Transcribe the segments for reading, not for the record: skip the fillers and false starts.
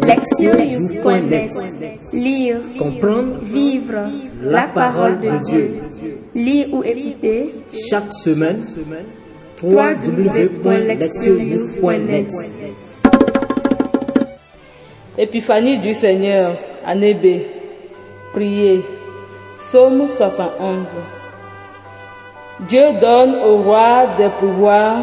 Lectionnews.net. Lire, comprendre, vivre la parole de Dieu. Lire ou écouter chaque semaine www.lectionnews.net. Épiphanie du Seigneur, année B. Priez. Psaume 71. Dieu donne au roi des pouvoirs,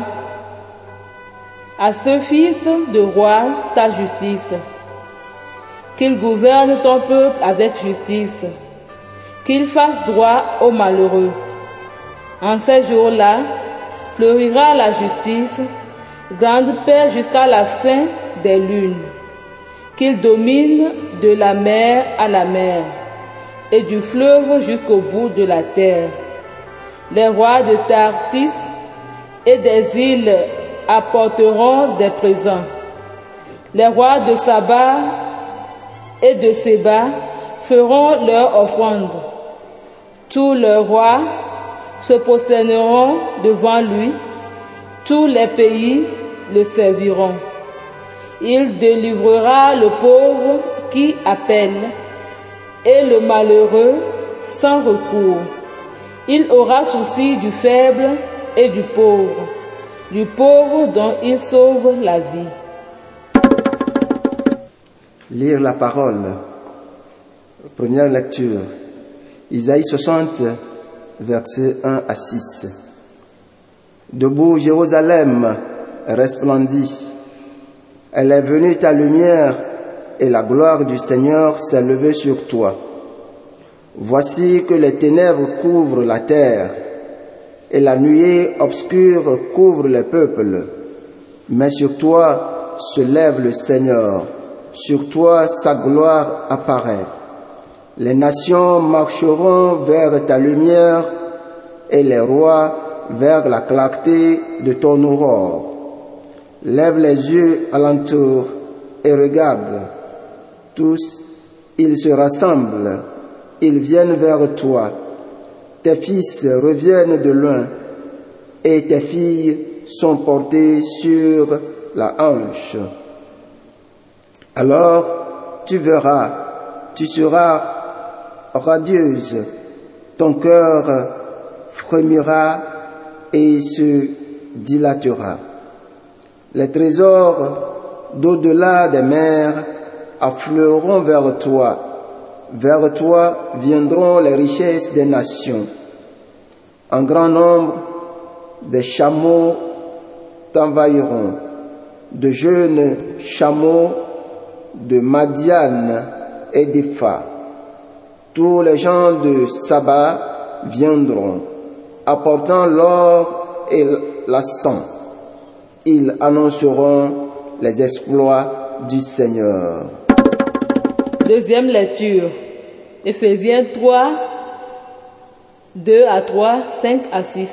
à ce fils de roi ta justice. Qu'il gouverne ton peuple avec justice, qu'il fasse droit aux malheureux. En ces jours-là, fleurira la justice, grande paix jusqu'à la fin des lunes. Qu'il domine de la mer à la mer, et du fleuve jusqu'au bout de la terre. Les rois de Tarsis et des îles apporteront des présents. Les rois de Saba et de Séba feront leur offrande. Tous leurs rois se prosterneront devant lui. Tous les pays le serviront. Il délivrera le pauvre qui appelle et le malheureux sans recours. Il aura souci du faible et du pauvre dont il sauve la vie. Lire la parole. Première lecture. Isaïe 60, versets 1 à 6. Debout, Jérusalem resplendit. Elle est venue ta lumière, et la gloire du Seigneur s'est levée sur toi. Voici que les ténèbres couvrent la terre, et la nuée obscure couvre les peuples. Mais sur toi se lève le Seigneur, sur toi sa gloire apparaît. Les nations marcheront vers ta lumière, et les rois vers la clarté de ton aurore. Lève les yeux alentour et regarde. Tous, ils se rassemblent, ils viennent vers toi. Tes fils reviennent de loin, et tes filles sont portées sur la hanche. Alors tu verras, tu seras radieuse, ton cœur frémira et se dilatera. Les trésors d'au-delà des mers afflueront vers toi. Vers toi viendront les richesses des nations. En grand nombre, des chameaux t'envahiront, de jeunes chameaux de Madian et d'Epha. Tous les gens de Saba viendront, apportant l'or et l'encens. Ils annonceront les exploits du Seigneur. Deuxième lecture. Éphésiens 3, 2 à 3, 5 à 6.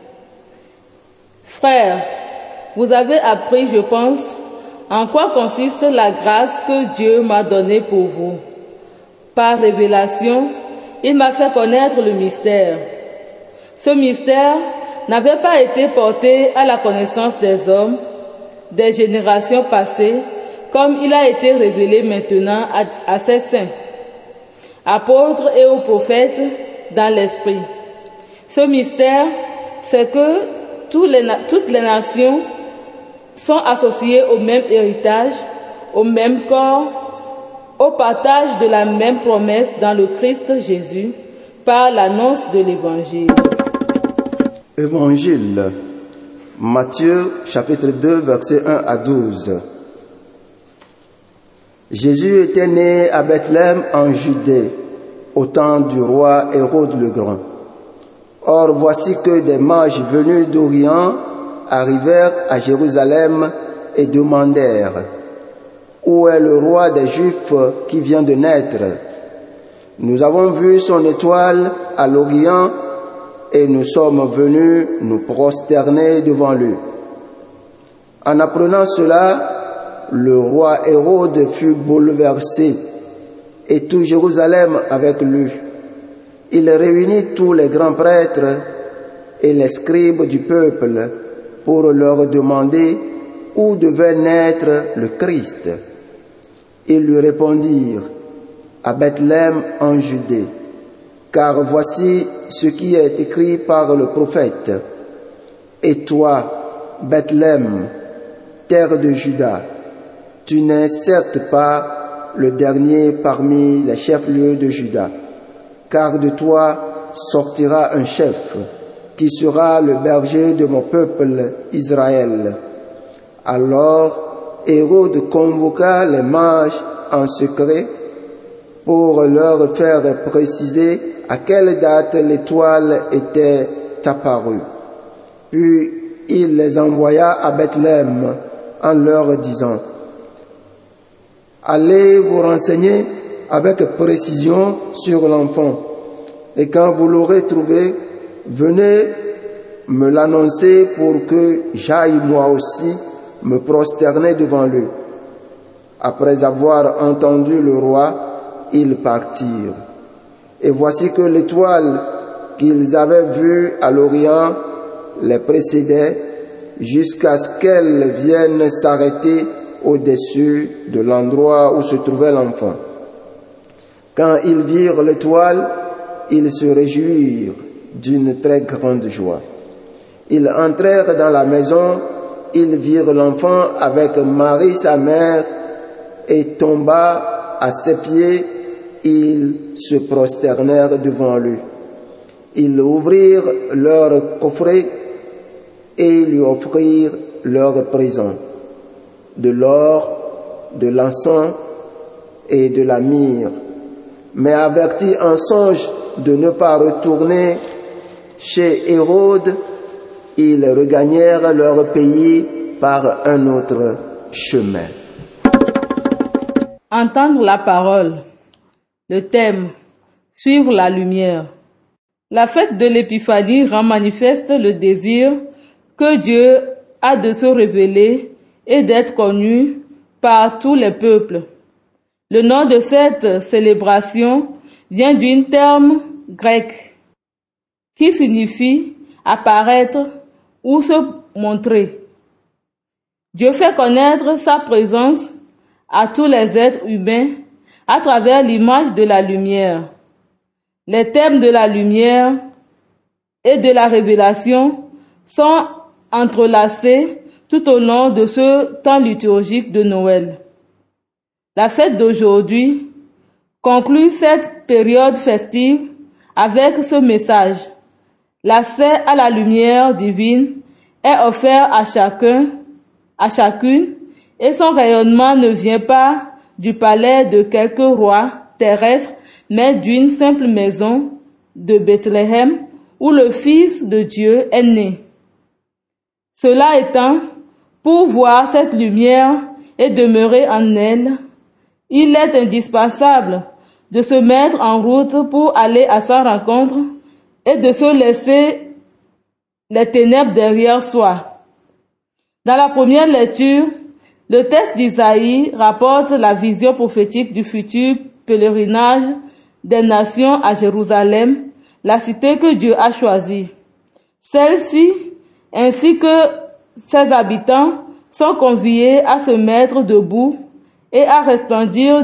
Frères, vous avez appris, je pense, en quoi consiste la grâce que Dieu m'a donnée pour vous. Par révélation, il m'a fait connaître le mystère. Ce mystère n'avait pas été porté à la connaissance des hommes, des générations passées, comme il a été révélé maintenant à ses saints, apôtres et aux prophètes dans l'esprit. Ce mystère, c'est que toutes les nations sont associées au même héritage, au même corps, au partage de la même promesse dans le Christ Jésus, par l'annonce de l'Évangile. Évangile, Matthieu chapitre 2, versets 1 à 12. Jésus était né à Bethléem en Judée, au temps du roi Hérode le Grand. Or, voici que des mages venus d'Orient arrivèrent à Jérusalem et demandèrent « Où est le roi des Juifs qui vient de naître? Nous avons vu son étoile à l'Orient et nous sommes venus nous prosterner devant lui. » En apprenant cela, le roi Hérode fut bouleversé, et tout Jérusalem avec lui. Il réunit tous les grands prêtres et les scribes du peuple pour leur demander où devait naître le Christ. Ils lui répondirent, à Bethléem en Judée, car voici ce qui est écrit par le prophète. Et toi, Bethléem, terre de Juda, tu n'es certes pas le dernier parmi les chefs-lieux de Juda, car de toi sortira un chef qui sera le berger de mon peuple Israël. Alors Hérode convoqua les mages en secret pour leur faire préciser à quelle date l'étoile était apparue. Puis il les envoya à Bethléem en leur disant, « Allez vous renseigner avec précision sur l'enfant, et quand vous l'aurez trouvé, venez me l'annoncer pour que j'aille moi aussi me prosterner devant lui. » Après avoir entendu le roi, ils partirent. Et voici que l'étoile qu'ils avaient vue à l'Orient les précédait jusqu'à ce qu'elle vienne s'arrêter au-dessus de l'endroit où se trouvait l'enfant. Quand ils virent l'étoile, ils se réjouirent d'une très grande joie. Ils entrèrent dans la maison, ils virent l'enfant avec Marie sa mère et tomba à ses pieds, ils se prosternèrent devant lui. Ils ouvrirent leur coffret et lui offrirent leurs présents, de l'or, de l'encens et de la myrrhe. Mais avertis en songe de ne pas retourner chez Hérode, ils regagnèrent leur pays par un autre chemin. Entendre la parole. Le thème, suivre la lumière. La fête de l'Épiphanie rend manifeste le désir que Dieu a de se révéler et d'être connu par tous les peuples. Le nom de cette célébration vient d'un terme grec qui signifie apparaître ou se montrer. Dieu fait connaître sa présence à tous les êtres humains à travers l'image de la lumière. Les thèmes de la lumière et de la révélation sont entrelacés tout au long de ce temps liturgique de Noël. La fête d'aujourd'hui conclut cette période festive avec ce message. L'accès à la lumière divine est offert à chacun, à chacune, et son rayonnement ne vient pas du palais de quelque roi terrestre, mais d'une simple maison de Bethléem où le Fils de Dieu est né. Cela étant, pour voir cette lumière et demeurer en elle, il est indispensable de se mettre en route pour aller à sa rencontre et de se laisser les ténèbres derrière soi. Dans la première lecture, le texte d'Isaïe rapporte la vision prophétique du futur pèlerinage des nations à Jérusalem, la cité que Dieu a choisie. Celle-ci, ainsi que ses habitants, sont conviés à se mettre debout et à resplendir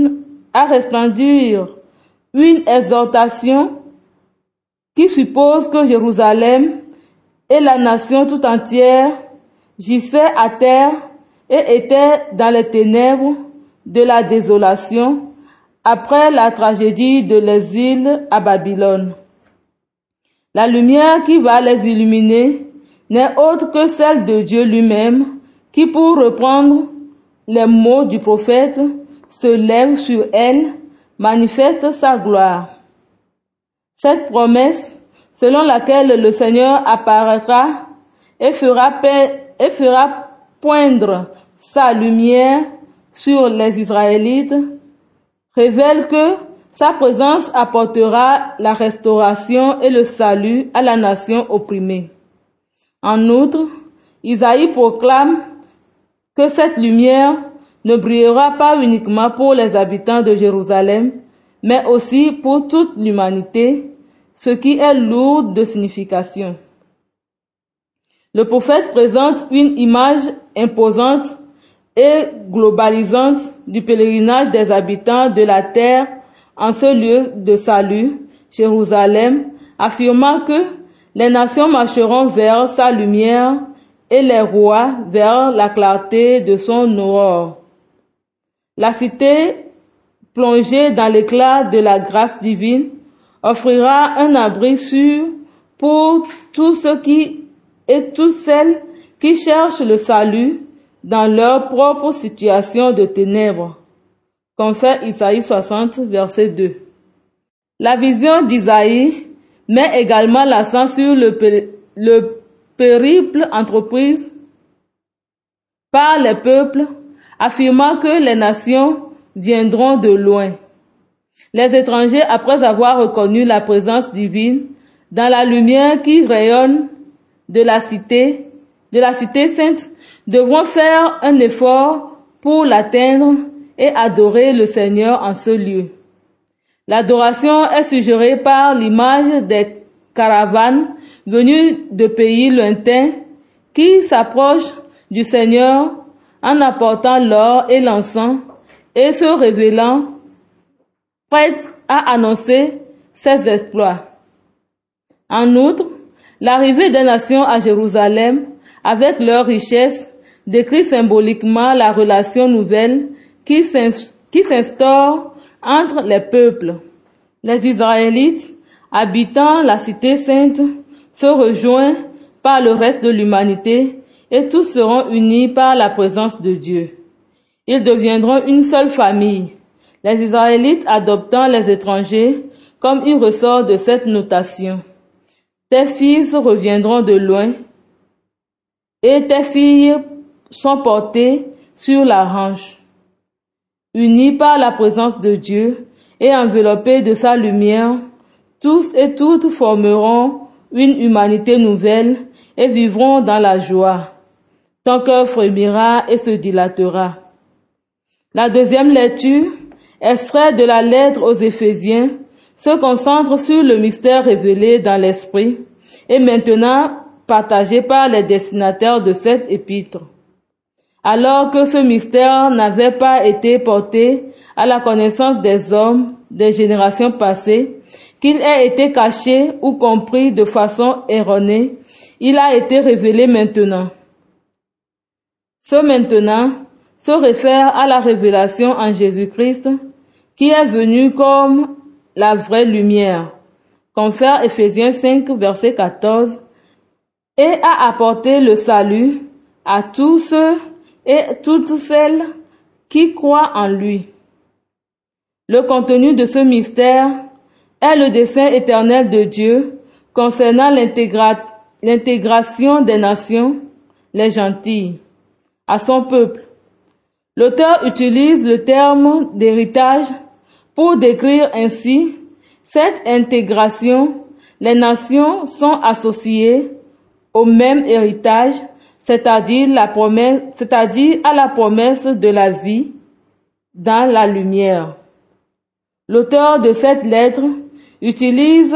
une exhortation qui suppose que Jérusalem et la nation tout entière gissaient à terre et étaient dans les ténèbres de la désolation après la tragédie de l'exil à Babylone. La lumière qui va les illuminer n'est autre que celle de Dieu lui-même qui, pour reprendre les mots du prophète, se lève sur elle, manifeste sa gloire. Cette promesse, selon laquelle le Seigneur apparaîtra et fera poindre sa lumière sur les Israélites, révèle que sa présence apportera la restauration et le salut à la nation opprimée. En outre, Isaïe proclame que cette lumière ne brillera pas uniquement pour les habitants de Jérusalem, mais aussi pour toute l'humanité, ce qui est lourd de signification. Le prophète présente une image imposante et globalisante du pèlerinage des habitants de la terre en ce lieu de salut, Jérusalem, affirmant que les nations marcheront vers sa lumière et les rois vers la clarté de son aurore. La cité, plongée dans l'éclat de la grâce divine, offrira un abri sûr pour tous ceux et toutes celles qui cherchent le salut dans leur propre situation de ténèbres, confère Isaïe 60, verset 2. La vision d'Isaïe met également l'accent sur le périple entrepris par les peuples, affirmant que les nations viendront de loin. Les étrangers, après avoir reconnu la présence divine dans la lumière qui rayonne de la cité sainte, devront faire un effort pour l'atteindre et adorer le Seigneur en ce lieu. L'adoration est suggérée par l'image des caravanes venues de pays lointains qui s'approchent du Seigneur en apportant l'or et l'encens et se révélant prêtes à annoncer ses exploits. En outre, l'arrivée des nations à Jérusalem avec leurs richesses décrit symboliquement la relation nouvelle qui s'instaure entre les peuples. Les Israélites habitant la cité sainte se rejoignent par le reste de l'humanité et tous seront unis par la présence de Dieu. Ils deviendront une seule famille, les Israélites adoptant les étrangers comme il ressort de cette notation. Tes fils reviendront de loin et tes filles sont portées sur la hanche. Unis par la présence de Dieu et enveloppés de sa lumière, tous et toutes formeront une humanité nouvelle et vivront dans la joie. Ton cœur frémira et se dilatera. La deuxième lecture, extrait de la lettre aux Éphésiens, se concentre sur le mystère révélé dans l'Esprit et maintenant partagé par les destinataires de cette épître. Alors que ce mystère n'avait pas été porté à la connaissance des hommes des générations passées, qu'il ait été caché ou compris de façon erronée, il a été révélé maintenant. Ce maintenant se réfère à la révélation en Jésus-Christ, qui est venu comme la vraie lumière, confère Éphésiens 5, verset 14, et a apporté le salut à tous ceux et toutes celles qui croient en lui. Le contenu de ce mystère est le dessein éternel de Dieu concernant l'intégration des nations, les gentilles, à son peuple. L'auteur utilise le terme d'héritage pour décrire ainsi cette intégration. Les nations sont associées au même héritage, c'est-à-dire à la promesse de la vie dans la lumière. L'auteur de cette lettre utilise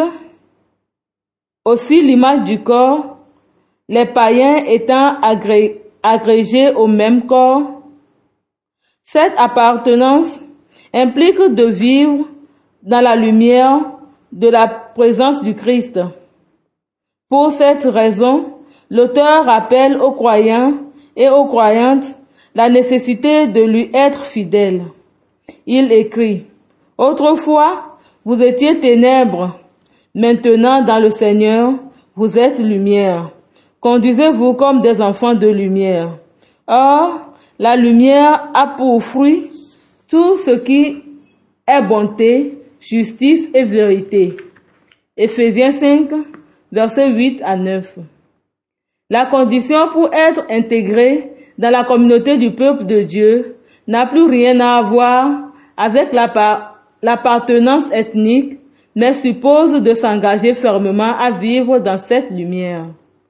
aussi l'image du corps, les païens étant agrégés au même corps. Cette appartenance implique de vivre dans la lumière de la présence du Christ. Pour cette raison, l'auteur rappelle aux croyants et aux croyantes la nécessité de lui être fidèle. Il écrit: « Autrefois, vous étiez ténèbres, maintenant dans le Seigneur, vous êtes lumière. Conduisez-vous comme des enfants de lumière. Or, la lumière a pour fruit tout ce qui est bonté, justice et vérité. » Éphésiens 5, versets 8 à 9. La condition pour être intégré dans la communauté du peuple de Dieu n'a plus rien à voir avec l'appartenance ethnique, mais suppose de s'engager fermement à vivre dans cette lumière.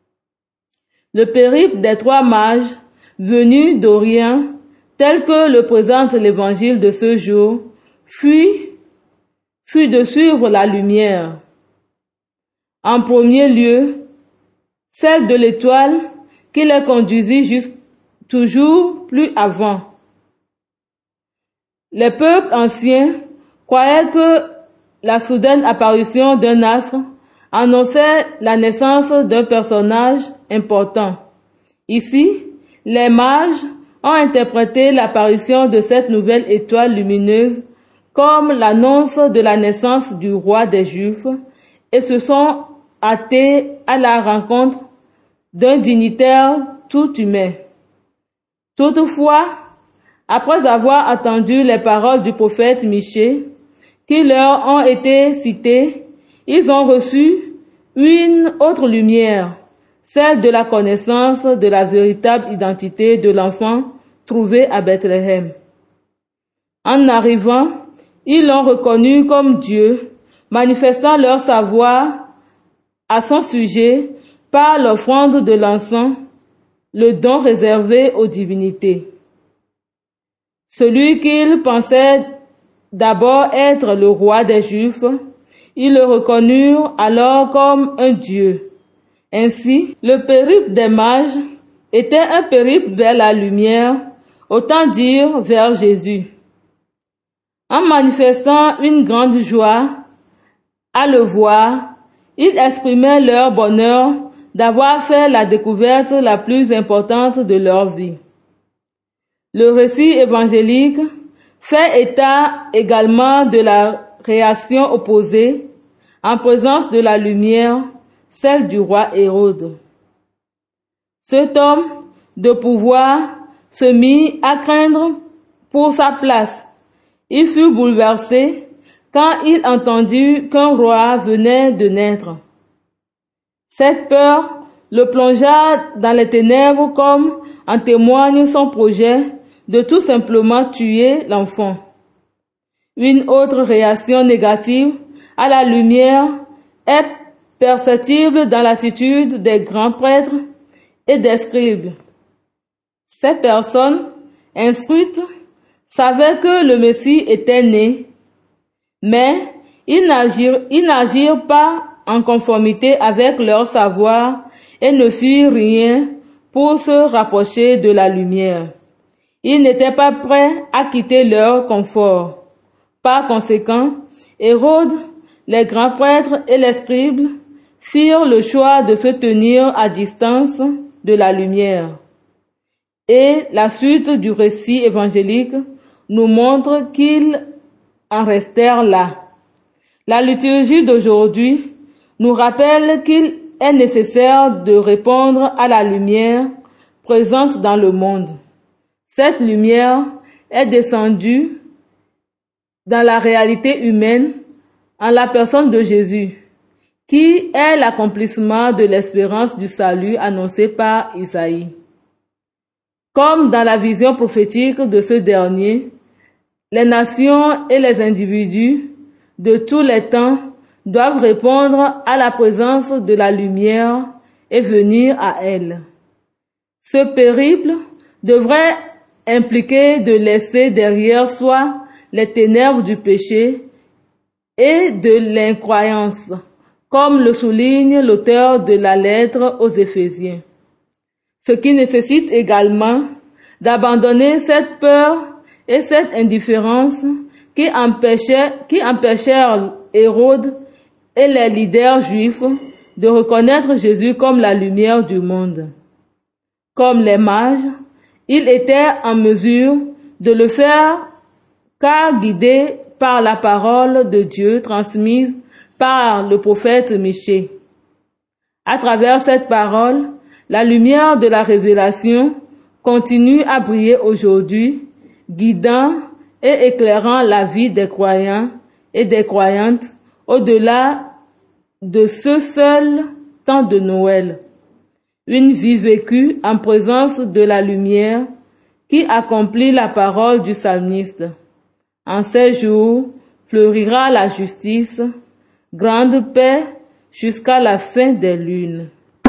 Le périple des trois mages venus d'Orient, tel que le présente l'évangile de ce jour, fut de suivre la lumière. En premier lieu, celle de l'étoile qui les conduisit toujours plus avant. Les peuples anciens croyaient que la soudaine apparition d'un astre annonçait la naissance d'un personnage important. Ici, les mages ont interprété l'apparition de cette nouvelle étoile lumineuse comme l'annonce de la naissance du roi des Juifs et se sont hâtés à la rencontre d'un dignitaire tout humain. Toutefois, après avoir entendu les paroles du prophète Michée, qui leur ont été citées, ils ont reçu une autre lumière, celle de la connaissance de la véritable identité de l'enfant trouvé à Bethléem. En arrivant, ils l'ont reconnu comme Dieu, manifestant leur savoir à son sujet par l'offrande de l'encens, le don réservé aux divinités. Celui qu'ils pensaient d'abord être le roi des Juifs, ils le reconnurent alors comme un Dieu. Ainsi, le périple des mages était un périple vers la lumière, autant dire vers Jésus. En manifestant une grande joie à le voir, ils exprimaient leur bonheur d'avoir fait la découverte la plus importante de leur vie. Le récit évangélique fait état également de la réaction opposée en présence de la lumière, celle du roi Hérode. Cet homme de pouvoir se mit à craindre pour sa place. Il fut bouleversé quand il entendit qu'un roi venait de naître. Cette peur le plongea dans les ténèbres comme en témoigne son projet de tout simplement tuer l'enfant. Une autre réaction négative à la lumière est perceptible dans l'attitude des grands prêtres et des scribes. Ces personnes instruites savaient que le Messie était né, mais ils n'agirent pas en conformité avec leur savoir et ne firent rien pour se rapprocher de la lumière. Ils n'étaient pas prêts à quitter leur confort. Par conséquent, Hérode, les grands prêtres et les scribes firent le choix de se tenir à distance de la lumière. Et la suite du récit évangélique nous montre qu'ils en restèrent là. La liturgie d'aujourd'hui nous rappelle qu'il est nécessaire de répondre à la lumière présente dans le monde. Cette lumière est descendue dans la réalité humaine en la personne de Jésus, qui est l'accomplissement de l'espérance du salut annoncée par Isaïe. Comme dans la vision prophétique de ce dernier, les nations et les individus de tous les temps doivent répondre à la présence de la lumière et venir à elle. Ce périple devrait impliquer de laisser derrière soi les ténèbres du péché et de l'incroyance, comme le souligne l'auteur de la lettre aux Éphésiens. Ce qui nécessite également d'abandonner cette peur et cette indifférence qui empêchèrent Hérode et les leaders juifs de reconnaître Jésus comme la lumière du monde. Comme les mages, ils étaient en mesure de le faire car guidés par la parole de Dieu transmise par le prophète Michée. À travers cette parole, la lumière de la révélation continue à briller aujourd'hui, guidant et éclairant la vie des croyants et des croyantes au-delà de ce seul temps de Noël. Une vie vécue en présence de la lumière qui accomplit la parole du psalmiste. En ces jours fleurira la justice, grande paix jusqu'à la fin des lunes.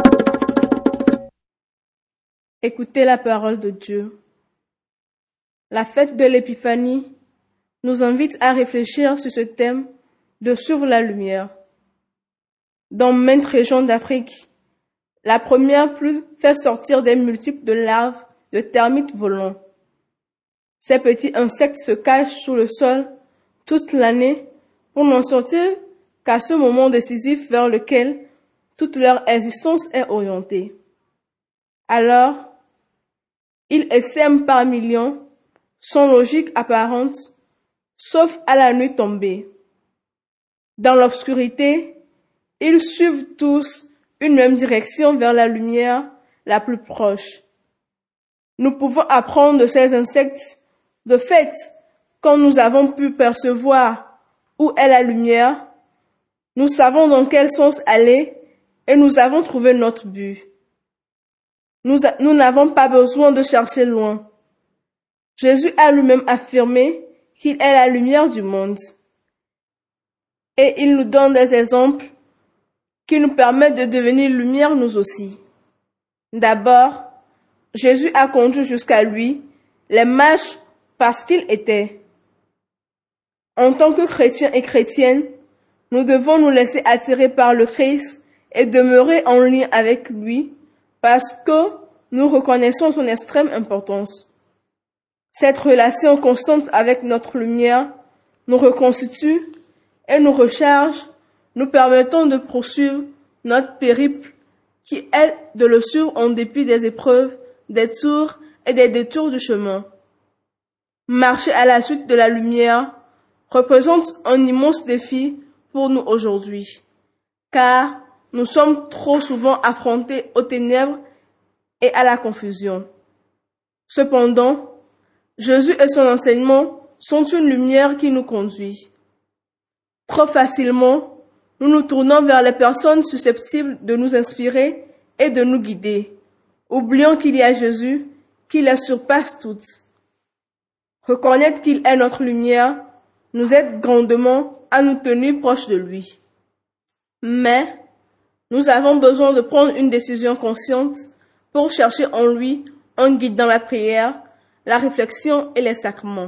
Écoutez la parole de Dieu. La fête de l'Épiphanie nous invite à réfléchir sur ce thème de suivre la lumière. Dans maintes régions d'Afrique, la première pluie fait sortir des multiples de larves de termites volants. Ces petits insectes se cachent sous le sol toute l'année pour n'en sortir qu'à ce moment décisif vers lequel toute leur existence est orientée. Alors, ils essaiment par millions, sans logique apparente, sauf à la nuit tombée. Dans l'obscurité, ils suivent tous une même direction vers la lumière la plus proche. Nous pouvons apprendre de ces insectes. De fait, quand nous avons pu percevoir où est la lumière, nous savons dans quel sens aller et nous avons trouvé notre but. Nous n'avons pas besoin de chercher loin. Jésus a lui-même affirmé qu'il est la lumière du monde. Et il nous donne des exemples qui nous permettent de devenir lumière nous aussi. D'abord, Jésus a conduit jusqu'à lui les mages parce qu'il était. En tant que chrétiens et chrétiennes, nous devons nous laisser attirer par le Christ et demeurer en lien avec lui parce que nous reconnaissons son extrême importance. Cette relation constante avec notre lumière nous reconstitue et nous recharge, nous permettant de poursuivre notre périple qui est de le suivre en dépit des épreuves, des tours et des détours du chemin. Marcher à la suite de la lumière représente un immense défi pour nous aujourd'hui, car nous sommes trop souvent affrontés aux ténèbres et à la confusion. Cependant, Jésus et son enseignement sont une lumière qui nous conduit. Trop facilement, nous nous tournons vers les personnes susceptibles de nous inspirer et de nous guider, oubliant qu'il y a Jésus qui les surpasse toutes. Reconnaître qu'il est notre lumière nous aide grandement à nous tenir proches de lui. Mais nous avons besoin de prendre une décision consciente pour chercher en lui un guide dans la prière, la réflexion et les sacrements.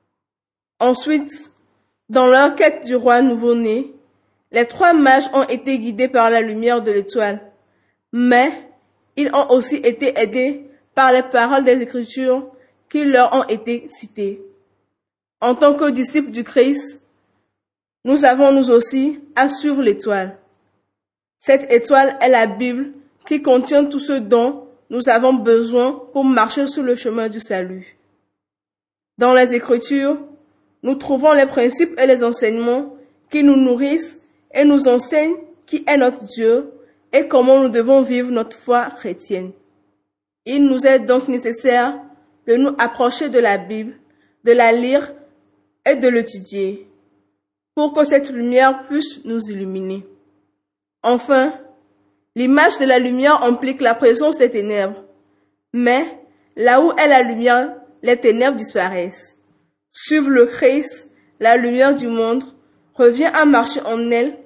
Ensuite, dans leur quête du roi nouveau-né, les 3 mages ont été guidés par la lumière de l'étoile, mais ils ont aussi été aidés par les paroles des Écritures qui leur ont été citées. En tant que disciples du Christ, nous avons nous aussi à suivre l'étoile. Cette étoile est la Bible qui contient tout ce dont nous avons besoin pour marcher sur le chemin du salut. Dans les Écritures, nous trouvons les principes et les enseignements qui nous nourrissent et nous enseignent qui est notre Dieu et comment nous devons vivre notre foi chrétienne. Il nous est donc nécessaire de nous approcher de la Bible, de la lire et de l'étudier, pour que cette lumière puisse nous illuminer. Enfin, l'image de la lumière implique la présence des ténèbres, mais là où est la lumière, les ténèbres disparaissent. Suivre le Christ, la lumière du monde, revient à marcher en elle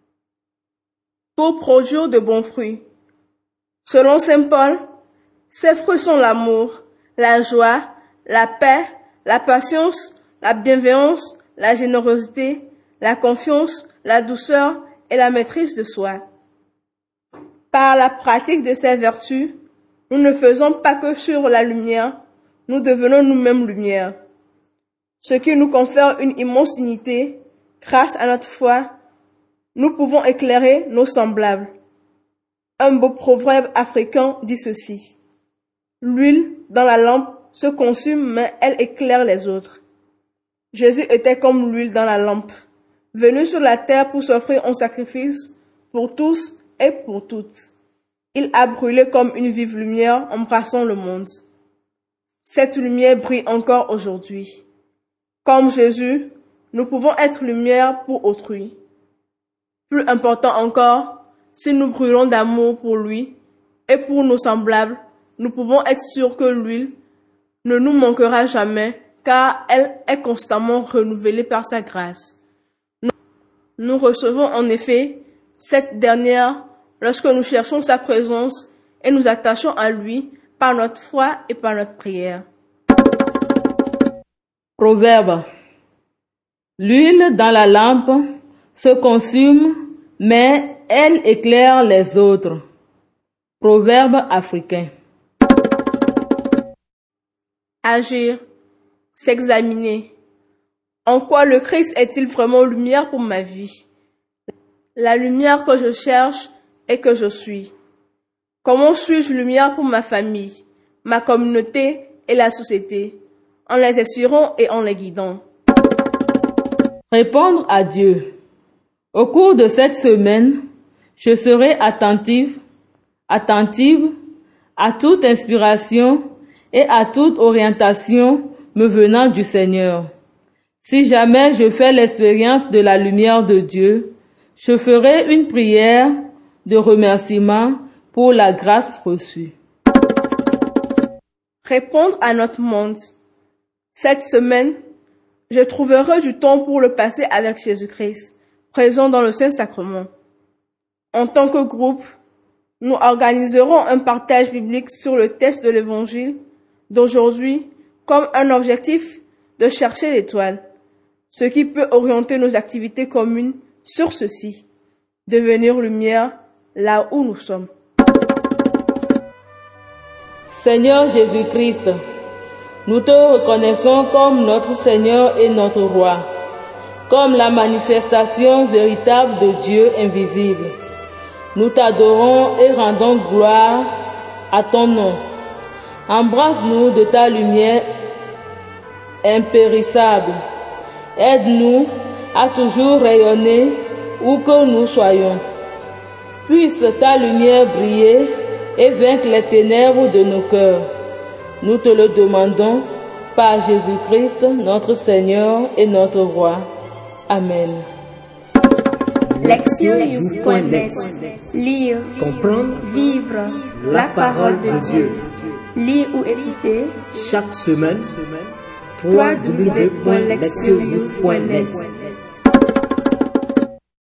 pour produire de bons fruits. Selon saint Paul, ses fruits sont l'amour, la joie, la paix, la patience, la bienveillance, la générosité, la confiance, la douceur et la maîtrise de soi. Par la pratique de ces vertus, nous ne faisons pas que suivre la lumière, nous devenons nous-mêmes lumière, ce qui nous confère une immense dignité. Grâce à notre foi, nous pouvons éclairer nos semblables. Un beau proverbe africain dit ceci: l'huile dans la lampe se consume, mais elle éclaire les autres. Jésus était comme l'huile dans la lampe, venu sur la terre pour s'offrir en sacrifice pour tous et pour toutes. Il a brûlé comme une vive lumière embrassant le monde. Cette lumière brille encore aujourd'hui. Comme Jésus, nous pouvons être lumière pour autrui. Plus important encore, si nous brûlons d'amour pour lui et pour nos semblables, nous pouvons être sûrs que l'huile ne nous manquera jamais, car elle est constamment renouvelée par sa grâce. Nous recevons en effet cette dernière lorsque nous cherchons sa présence et nous attachons à lui par notre foi et par notre prière. Proverbe. L'huile dans la lampe se consume, mais elle éclaire les autres. Proverbe africain. Agir, s'examiner. En quoi le Christ est-il vraiment lumière pour ma vie? La lumière que je cherche et que je suis. Comment suis-je lumière pour ma famille, ma communauté et la société, en les inspirant et en les guidant? Répondre à Dieu. Au cours de cette semaine, je serai attentive à toute inspiration et à toute orientation me venant du Seigneur. Si jamais je fais l'expérience de la lumière de Dieu, je ferai une prière de remerciement pour la grâce reçue. Répondre à notre monde. Cette semaine, je trouverai du temps pour le passer avec Jésus-Christ, présent dans le Saint-Sacrement. En tant que groupe, nous organiserons un partage biblique sur le texte de l'Évangile d'aujourd'hui comme un objectif de chercher l'étoile, ce qui peut orienter nos activités communes sur ceci, devenir lumière là où nous sommes. Seigneur Jésus-Christ, nous te reconnaissons comme notre Seigneur et notre Roi, comme la manifestation véritable de Dieu invisible. Nous t'adorons et rendons gloire à ton nom. Embrasse-nous de ta lumière impérissable. Aide-nous à toujours rayonner où que nous soyons. Puisse ta lumière briller et vaincre les ténèbres de nos cœurs. Nous te le demandons par Jésus-Christ, notre Seigneur et notre Roi. Amen. Lectionnews.net. Lire, comprendre, vivre la parole de Dieu. Lire ou écouter chaque semaine www.lectionnews.net.